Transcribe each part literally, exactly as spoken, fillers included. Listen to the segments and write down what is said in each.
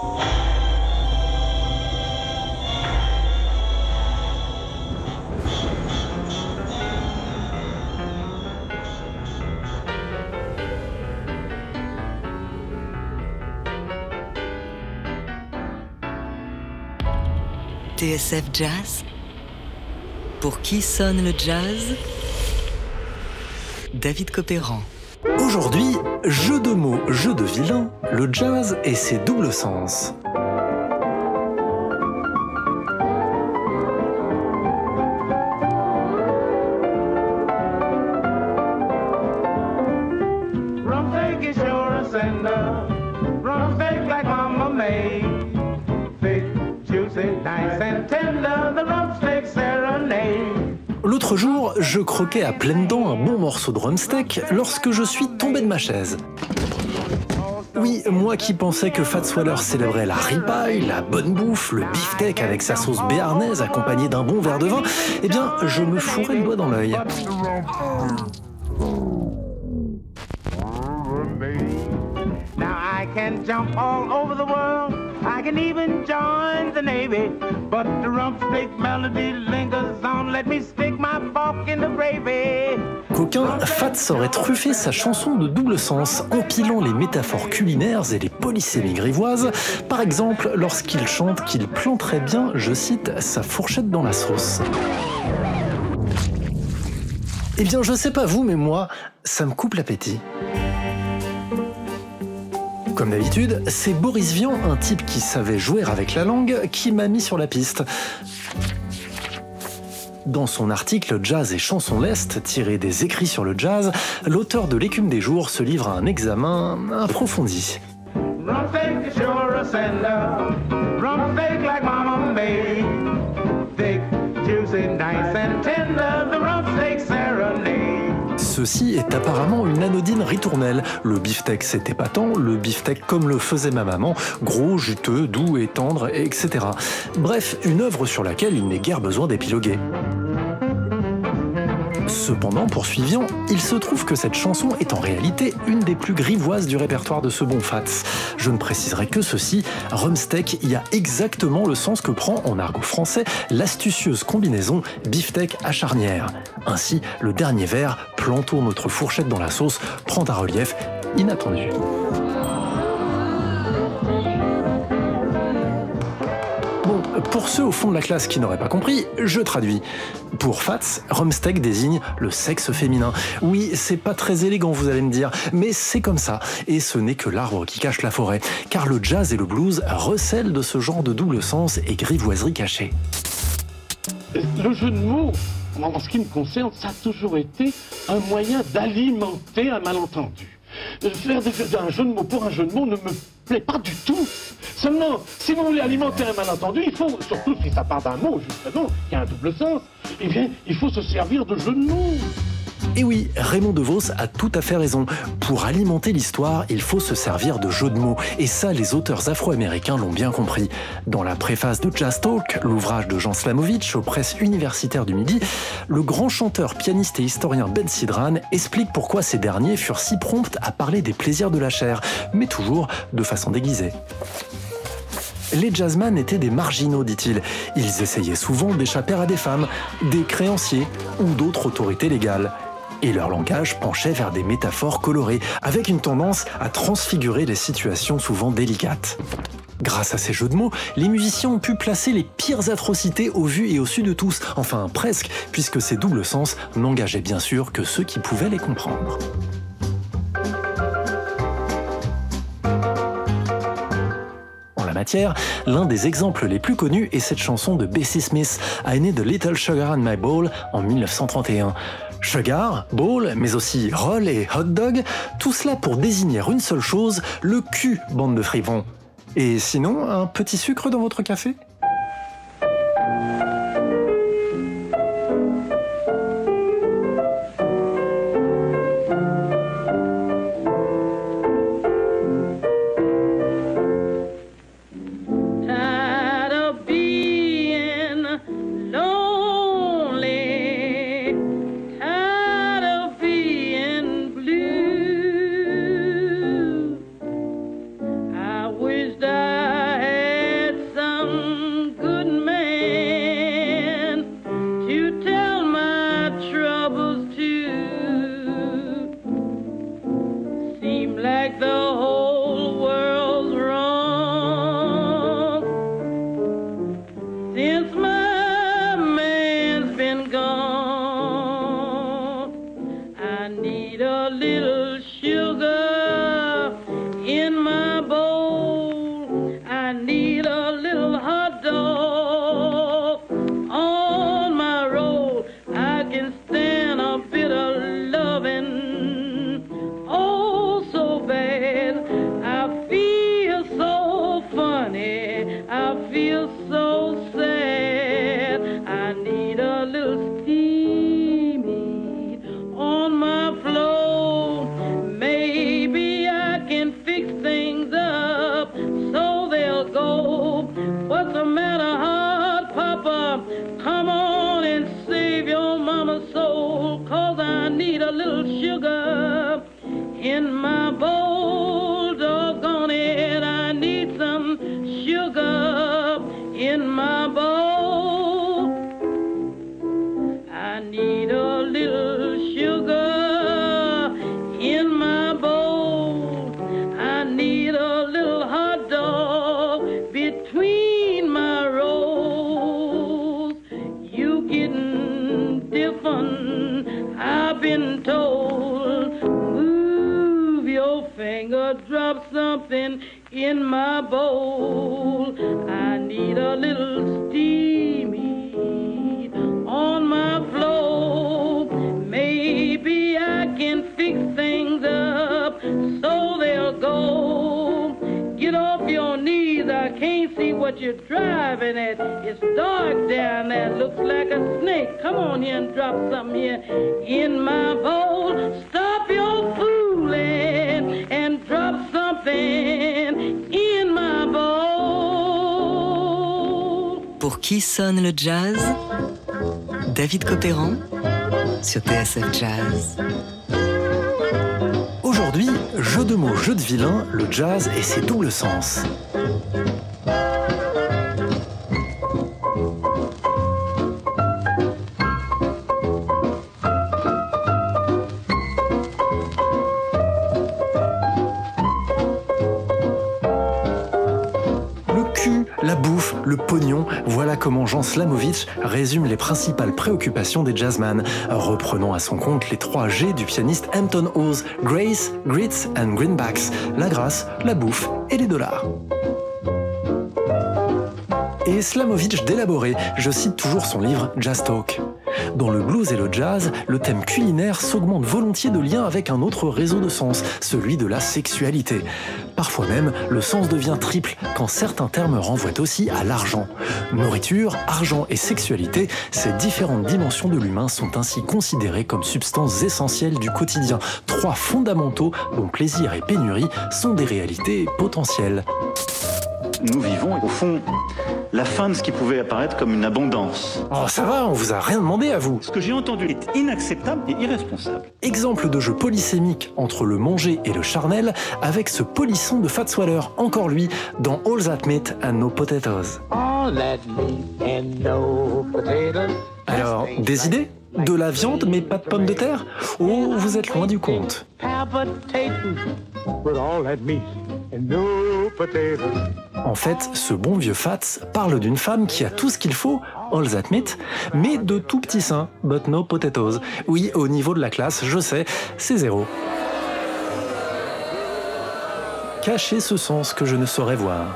T S F Jazz. Pour qui sonne le jazz? David Copéran. Aujourd'hui, jeu de mots, jeu de vilain, le jazz et ses doubles sens. L'autre jour, je croquais à pleines dents un bon morceau de rumsteak lorsque je suis tombé de ma chaise. Oui, moi qui pensais que Fats Waller célébrait la ribeye, la bonne bouffe, le beefsteak avec sa sauce béarnaise accompagnée d'un bon verre de vin, eh bien, je me fourrais le doigt dans l'œil. I can even join the Navy, but the rumstick melody lingers on. Let me stick my fork in the gravy. Qu'aucun Fats aurait truffé sa chanson de double sens, empilant les métaphores culinaires et les polysémies grivoises. Par exemple, lorsqu'il chante qu'il planterait bien, je cite, sa fourchette dans la sauce. Eh bien, je sais pas vous, mais moi, ça me coupe l'appétit. Comme d'habitude, c'est Boris Vian, un type qui savait jouer avec la langue, qui m'a mis sur la piste. Dans son article Jazz et chansons lest, tiré des écrits sur le jazz, l'auteur de L'écume des jours se livre à un examen approfondi. Ceci est apparemment une anodine ritournelle. Le beefsteak c'est épatant, le beefsteak comme le faisait ma maman, gros, juteux, doux et tendre, et cetera. Bref, une œuvre sur laquelle il n'est guère besoin d'épiloguer. Cependant, poursuivions, il se trouve que cette chanson est en réalité une des plus grivoises du répertoire de ce bon Fats. Je ne préciserai que ceci, rumsteak y a exactement le sens que prend en argot français l'astucieuse combinaison beefsteak à charnière. Ainsi, le dernier vers, plantons notre fourchette dans la sauce, prend un relief inattendu. Pour ceux au fond de la classe qui n'auraient pas compris, je traduis. Pour Fats, rumsteak désigne le sexe féminin. Oui, c'est pas très élégant, vous allez me dire, mais c'est comme ça. Et ce n'est que l'arbre qui cache la forêt, car le jazz et le blues recèlent de ce genre de double sens et grivoiserie cachée. Le jeu de mots, en ce qui me concerne, ça a toujours été un moyen d'alimenter un malentendu. Faire un jeu de mots pour un jeu de mots ne me plaît pas du tout. Seulement, si vous voulez alimenter un malentendu, il faut, surtout si ça part d'un mot, justement, qui a un double sens, eh bien, il faut se servir de jeu de mots. Et oui, Raymond DeVos a tout à fait raison. Pour alimenter l'histoire, il faut se servir de jeux de mots. Et ça, les auteurs afro-américains l'ont bien compris. Dans la préface de Jazz Talk, l'ouvrage de Jean Slamovitch aux presses universitaires du Midi, le grand chanteur, pianiste et historien Ben Sidran explique pourquoi ces derniers furent si prompts à parler des plaisirs de la chair, mais toujours de façon déguisée. Les jazzman étaient des marginaux, dit-il. Ils essayaient souvent d'échapper à des femmes, des créanciers ou d'autres autorités légales. Et leur langage penchait vers des métaphores colorées, avec une tendance à transfigurer les situations souvent délicates. Grâce à ces jeux de mots, les musiciens ont pu placer les pires atrocités au vu et au su de tous, enfin presque, puisque ces doubles sens n'engageaient bien sûr que ceux qui pouvaient les comprendre. Matière, l'un des exemples les plus connus est cette chanson de Bessie Smith, I Need a Little Sugar in My Bowl, en mille neuf cent trente et un. Sugar, bowl, mais aussi roll et hot dog, tout cela pour désigner une seule chose, le cul, bande de fripons. Et sinon, un petit sucre dans votre café ? I sugar in my bowl. I need a little hot dog on my roll. I can stand a bit of loving, oh so bad. I feel so funny, I feel so sad. I need a little steamy on my floor. Maybe I can fix things up so they'll go. What's the matter, hot papa? Come on and save your mama's soul, 'cause I need a little sugar in my bowl. Doggone it, I need some sugar in my bowl. I need a little sugar in my bowl. I need a little hot dog between my rolls. You getting different, I've been told. Move your finger, drop something in my bowl. I need a little steamy on my floor. Maybe I can fix things up so they'll go. Get off your knees, I can't see what you're driving at. It's dark down there, looks like a snake. Come on here and drop something here in my bowl. Stop your fooling and drop something in my bowl. Pour qui sonne le jazz? David Copéran sur T S F Jazz. Aujourd'hui, jeu de mots, jeu de vilain, le jazz et ses doubles sens. La bouffe, le pognon, voilà comment Jan Slamovich résume les principales préoccupations des jazzman, reprenant à son compte les trois G du pianiste Hampton Hawes, Grace, Grits and Greenbacks, la grâce, la bouffe et les dollars. Et Slamovich d'élaborer, je cite toujours son livre Jazz Talk. Dans le blues et le jazz, le thème culinaire s'augmente volontiers de lien avec un autre réseau de sens, celui de la sexualité. Parfois même, le sens devient triple quand certains termes renvoient aussi à l'argent. Nourriture, argent et sexualité, ces différentes dimensions de l'humain sont ainsi considérées comme substances essentielles du quotidien. Trois fondamentaux dont plaisir et pénurie sont des réalités potentielles. Nous vivons, au fond, la fin de ce qui pouvait apparaître comme une abondance. Oh, ça va, on vous a rien demandé à vous. Ce que j'ai entendu est inacceptable et irresponsable. Exemple de jeu polysémique entre le manger et le charnel, avec ce polisson de Fats Waller, encore lui, dans All That Meat and No Potatoes. All that meat and no potatoes. Alors, des idées ? De la viande mais pas de pommes de terre ? Oh, vous êtes loin du compte. En fait, ce bon vieux Fats parle d'une femme qui a tout ce qu'il faut, all that meat, mais de tout petits seins, but no potatoes. Oui, au niveau de la classe, je sais, c'est zéro. Cachez ce sens que je ne saurais voir.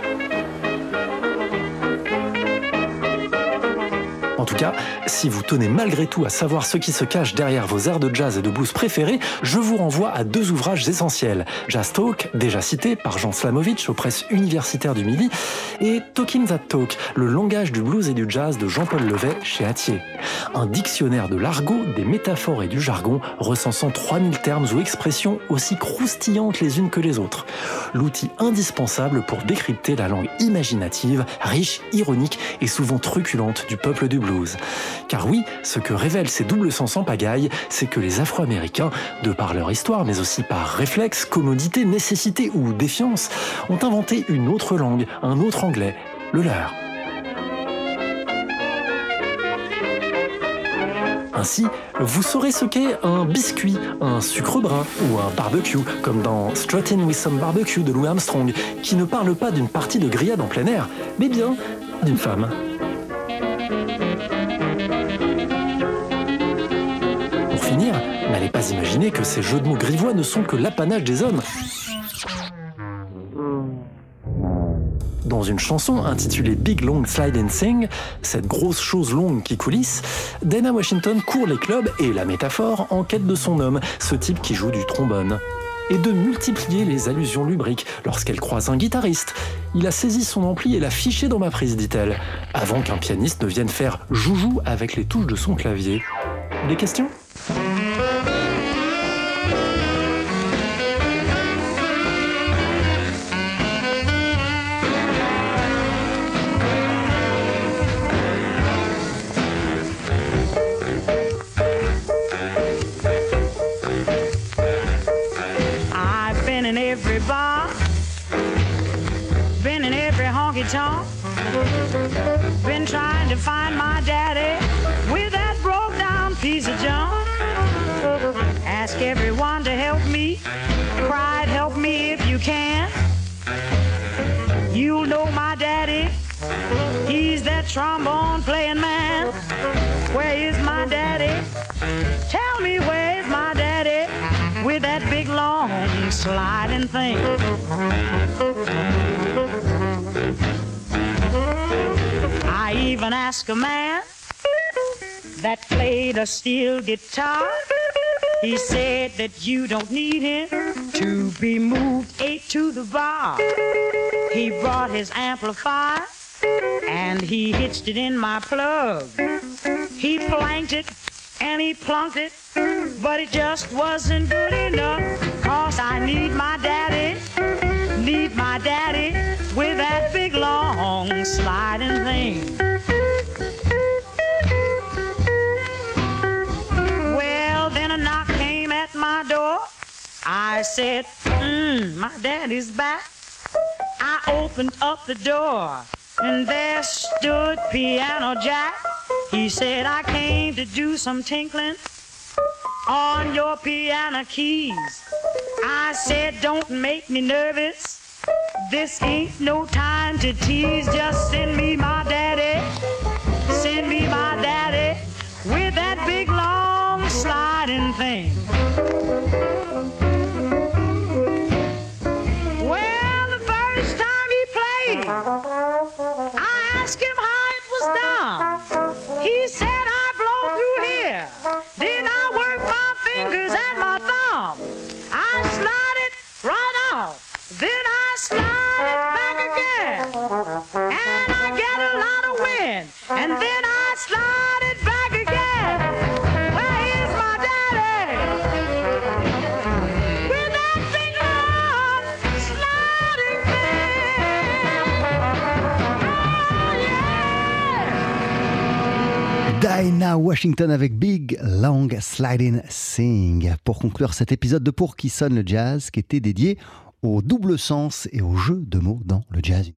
En tout cas, si vous tenez malgré tout à savoir ce qui se cache derrière vos airs de jazz et de blues préférés, je vous renvoie à deux ouvrages essentiels. Jazz Talk, déjà cité par Jan Slamovich aux presses universitaires du Midi, et Talking That Talk, le langage du blues et du jazz de Jean-Paul Levet chez Hatier. Un dictionnaire de l'argot, des métaphores et du jargon recensant trois mille termes ou expressions aussi croustillantes les unes que les autres. L'outil indispensable pour décrypter la langue imaginative, riche, ironique et souvent truculente du peuple du blues. Car oui, ce que révèlent ces doubles sens en pagaille, c'est que les Afro-Américains, de par leur histoire, mais aussi par réflexe, commodité, nécessité ou défiance, ont inventé une autre langue, un autre anglais, le leur. Ainsi, vous saurez ce qu'est un biscuit, un sucre brun ou un barbecue, comme dans Strutting with some Barbecue de Louis Armstrong, qui ne parle pas d'une partie de grillade en plein air, mais bien d'une femme. Pour finir, n'allez pas Vous imaginez que ces jeux de mots grivois ne sont que l'apanage des hommes. Dans une chanson intitulée Big Long Sliding Thing, cette grosse chose longue qui coulisse, Dinah Washington court les clubs et la métaphore en quête de son homme, ce type qui joue du trombone. Et de multiplier les allusions lubriques lorsqu'elle croise un guitariste. Il a saisi son ampli et l'a fiché dans ma prise, dit-elle, avant qu'un pianiste ne vienne faire joujou avec les touches de son clavier. Des questions ? Every bar, been in every honky tonk, been trying to find my daddy with that broke down piece of junk. Ask everyone to help me, cried help me if you can. You'll know my daddy, he's that trombone playing man. Where is my daddy? Tell me where's my daddy with that big long sliding thing. I even asked a man that played a steel guitar. He said that you don't need him to be moved eight to the bar. He brought his amplifier and he hitched it in my plug. He planked it and he plunked it, but it just wasn't good enough. Cause I need my daddy, need my daddy with that big long sliding thing. Well, then a knock came at my door. I said, mm, my daddy's back. I opened up the door and there stood Piano Jack. He said, I came to do some tinkling on your piano keys. I said, don't make me nervous. This ain't no time to tease. Just send me my daddy. Send me my daddy with that big long sliding thing. Well, the first time he played, I asked him how it was done. He said, I blow through here. Then I work my fingers and my thumb. I slide it right out. Then I slide it back again. And I get a lot of wind. And then I slide it back again. Where is my daddy? With that big long sliding thing. Oh, yeah! Dinah Washington avec Big Long Sliding Thing. Pour conclure cet épisode de Pour qui sonne le jazz, qui était dédié au double sens et au jeu de mots dans le jazz.